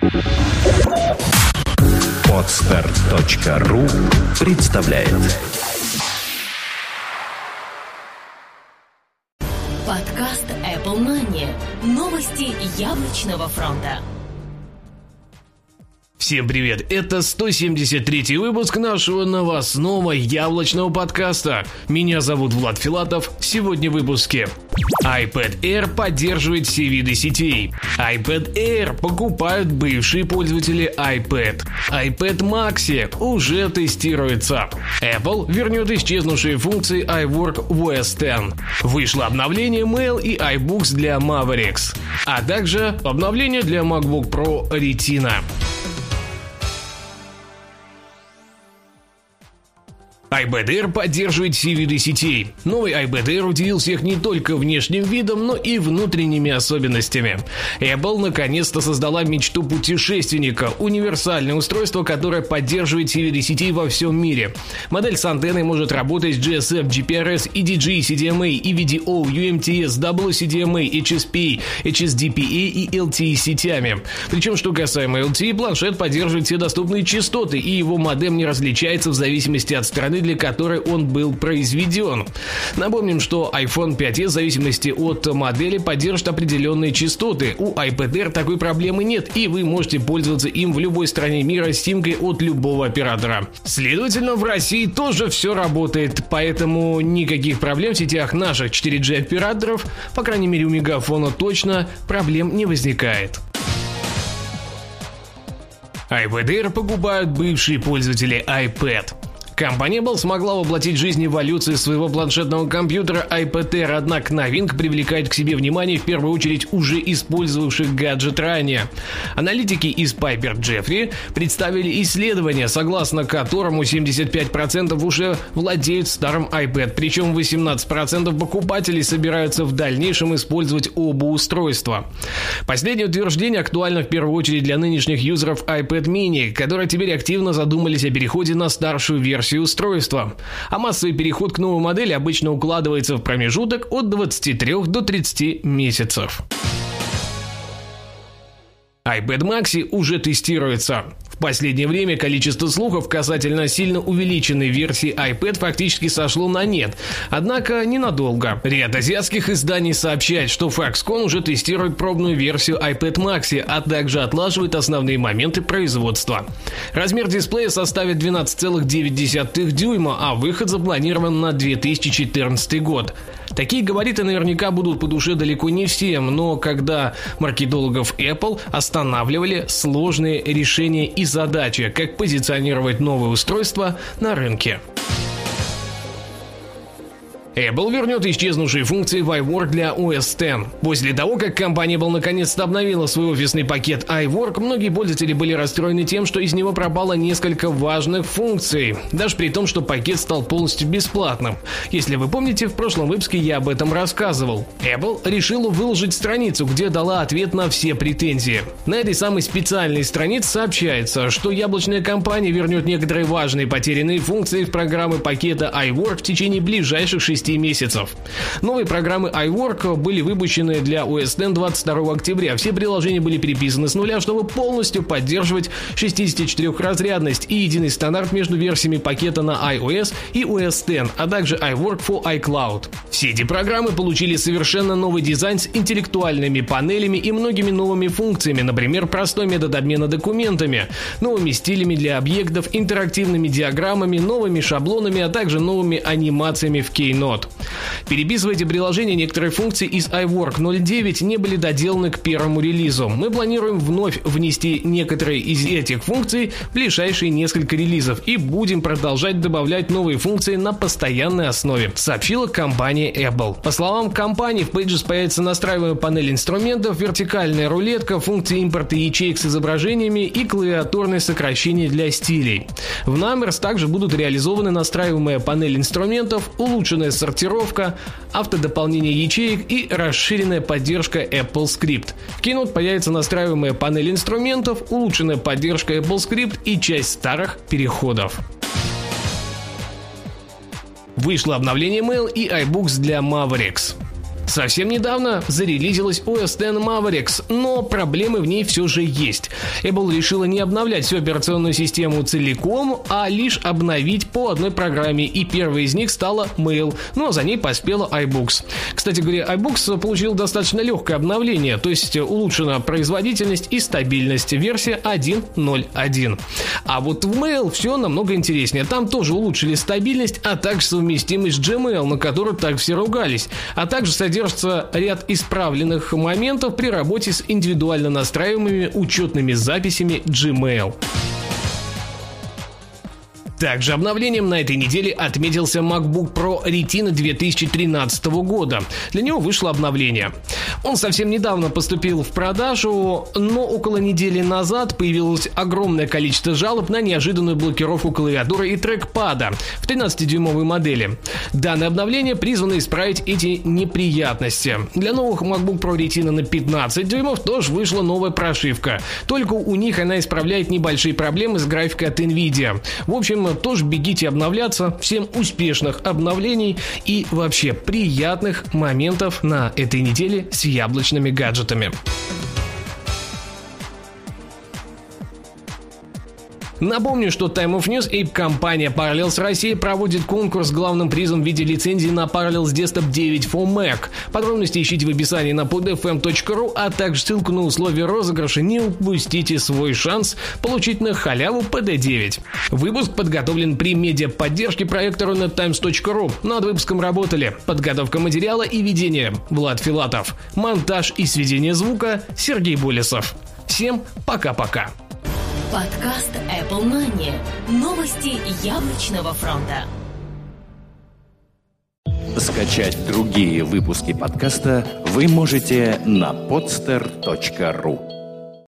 Podstart.ru представляет подкаст Apple Money. Новости яблочного фронта. Всем привет, это 173-й выпуск нашего новостного яблочного подкаста. Меня зовут Влад Филатов, сегодня в выпуске. iPad Air поддерживает все виды сетей. iPad Air покупают бывшие пользователи iPad. iPad Maxi уже тестируется. Apple вернет исчезнувшие функции iWork в OS X. Вышло обновление Mail и iBooks для Mavericks. А также обновление для MacBook Pro Retina. iPad Air поддерживает все виды сетей. Новый iPad Air удивил всех не только внешним видом, но и внутренними особенностями. Apple наконец-то создала мечту путешественника – универсальное устройство, которое поддерживает все виды сетей во всем мире. Модель с антенной может работать с GSM, GPRS, EDG, CDMA, EVDO, UMTS, WCDMA, HSPA, HSDPA и LTE сетями. Причем, что касаемо LTE, планшет поддерживает все доступные частоты, и его модем не различается в зависимости от страны, для которой он был произведен. Напомним, что iPhone 5s в зависимости от модели поддержит определенные частоты. У iPad Air такой проблемы нет, и вы можете пользоваться им в любой стране мира с симкой от любого оператора. Следовательно, в России тоже все работает, поэтому никаких проблем в сетях наших 4G операторов, по крайней мере у Мегафона точно, проблем не возникает. iPad Air покупают бывшие пользователи iPad. Компания Apple смогла воплотить в жизнь эволюцию своего планшетного компьютера iPad Air, однако новинка привлекает к себе внимание в первую очередь уже использовавших гаджет ранее. Аналитики из Piper Jaffray представили исследование, согласно которому 75% уже владеют старым iPad, причем 18% покупателей собираются в дальнейшем использовать оба устройства. Последнее утверждение актуально в первую очередь для нынешних юзеров iPad mini, которые теперь активно задумались о переходе на старшую версию устройства. А массовый переход к новой модели обычно укладывается в промежуток от 23 до 30 месяцев. iPad Maxi уже тестируется. В последнее время количество слухов касательно сильно увеличенной версии iPad фактически сошло на нет. Однако ненадолго. Ряд азиатских изданий сообщает, что Foxconn уже тестирует пробную версию iPad Maxi, а также отлаживает основные моменты производства. Размер дисплея составит 12,9 дюйма, а выход запланирован на 2014 год. Такие габариты наверняка будут по душе далеко не всем, но когда маркетологов Apple останавливали сложные решения и задачи, как позиционировать новое устройство на рынке. Apple вернет исчезнувшие функции в iWork для OS X. После того, как компания Apple наконец-то обновила свой офисный пакет iWork, многие пользователи были расстроены тем, что из него пропало несколько важных функций, даже при том, что пакет стал полностью бесплатным. Если вы помните, в прошлом выпуске я об этом рассказывал. Apple решила выложить страницу, где дала ответ на все претензии. На этой самой специальной странице сообщается, что яблочная компания вернет некоторые важные потерянные функции в программы пакета iWork в течение ближайших 6 месяцев. Новые программы iWork были выпущены для OS X 22 октября. Все приложения были переписаны с нуля, чтобы полностью поддерживать 64-разрядность и единый стандарт между версиями пакета на iOS и OS X, а также iWork for iCloud. Все эти программы получили совершенно новый дизайн с интеллектуальными панелями и многими новыми функциями, например, простой метод обмена документами, новыми стилями для объектов, интерактивными диаграммами, новыми шаблонами, а также новыми анимациями в Keynote. Переписывая эти приложения, некоторые функции из iWork 0.9 не были доделаны к первому релизу. Мы планируем вновь внести некоторые из этих функций в ближайшие несколько релизов и будем продолжать добавлять новые функции на постоянной основе, сообщила компания Apple. По словам компании, в Pages появится настраиваемая панель инструментов, вертикальная рулетка, функции импорта ячеек с изображениями и клавиатурное сокращение для стилей. В Numbers также будут реализованы настраиваемая панель инструментов, улучшенная сортировка, автодополнение ячеек и расширенная поддержка AppleScript. В Keynote появится настраиваемая панель инструментов, улучшенная поддержка AppleScript и часть старых переходов. Вышло обновление Mail и iBooks для Mavericks. Совсем недавно зарелизилась OS X Mavericks, но проблемы в ней все же есть. Apple решила не обновлять всю операционную систему целиком, а лишь обновить по одной программе, и первой из них стала Mail, ну а за ней поспела iBooks. Кстати говоря, iBooks получил достаточно легкое обновление, то есть улучшена производительность и стабильность, версия 1.0.1. А вот в Mail все намного интереснее, там тоже улучшили стабильность, а также совместимость с Gmail, на которую так все ругались, а также содержится ряд исправленных моментов при работе с индивидуально настраиваемыми учетными записями Gmail. Также обновлением на этой неделе отметился MacBook Pro Retina 2013 года. Для него вышло обновление. Он совсем недавно поступил в продажу, но около недели назад появилось огромное количество жалоб на неожиданную блокировку клавиатуры и трекпада в 13-дюймовой модели. Данное обновление призвано исправить эти неприятности. Для новых MacBook Pro Retina на 15 дюймов тоже вышла новая прошивка. Только у них она исправляет небольшие проблемы с графикой от NVIDIA. В общем, тоже бегите обновляться. Всем успешных обновлений и вообще приятных моментов на этой неделе с яблочными гаджетами. Напомню, что Time of News и компания Parallels Россия проводит конкурс с главным призом в виде лицензии на Parallels Desktop 9 for Mac. Подробности ищите в описании на podfm.ru, а также ссылку на условия розыгрыша. Не упустите свой шанс получить на халяву PD9. Выпуск подготовлен при медиаподдержке проекта runettimes.ru. Над выпуском работали подготовка материала и ведение Влад Филатов, монтаж и сведение звука Сергей Болесов. Всем пока-пока. Подкаст Apple Money. Новости яблочного фронта. Скачать другие выпуски подкаста вы можете на podster.ru.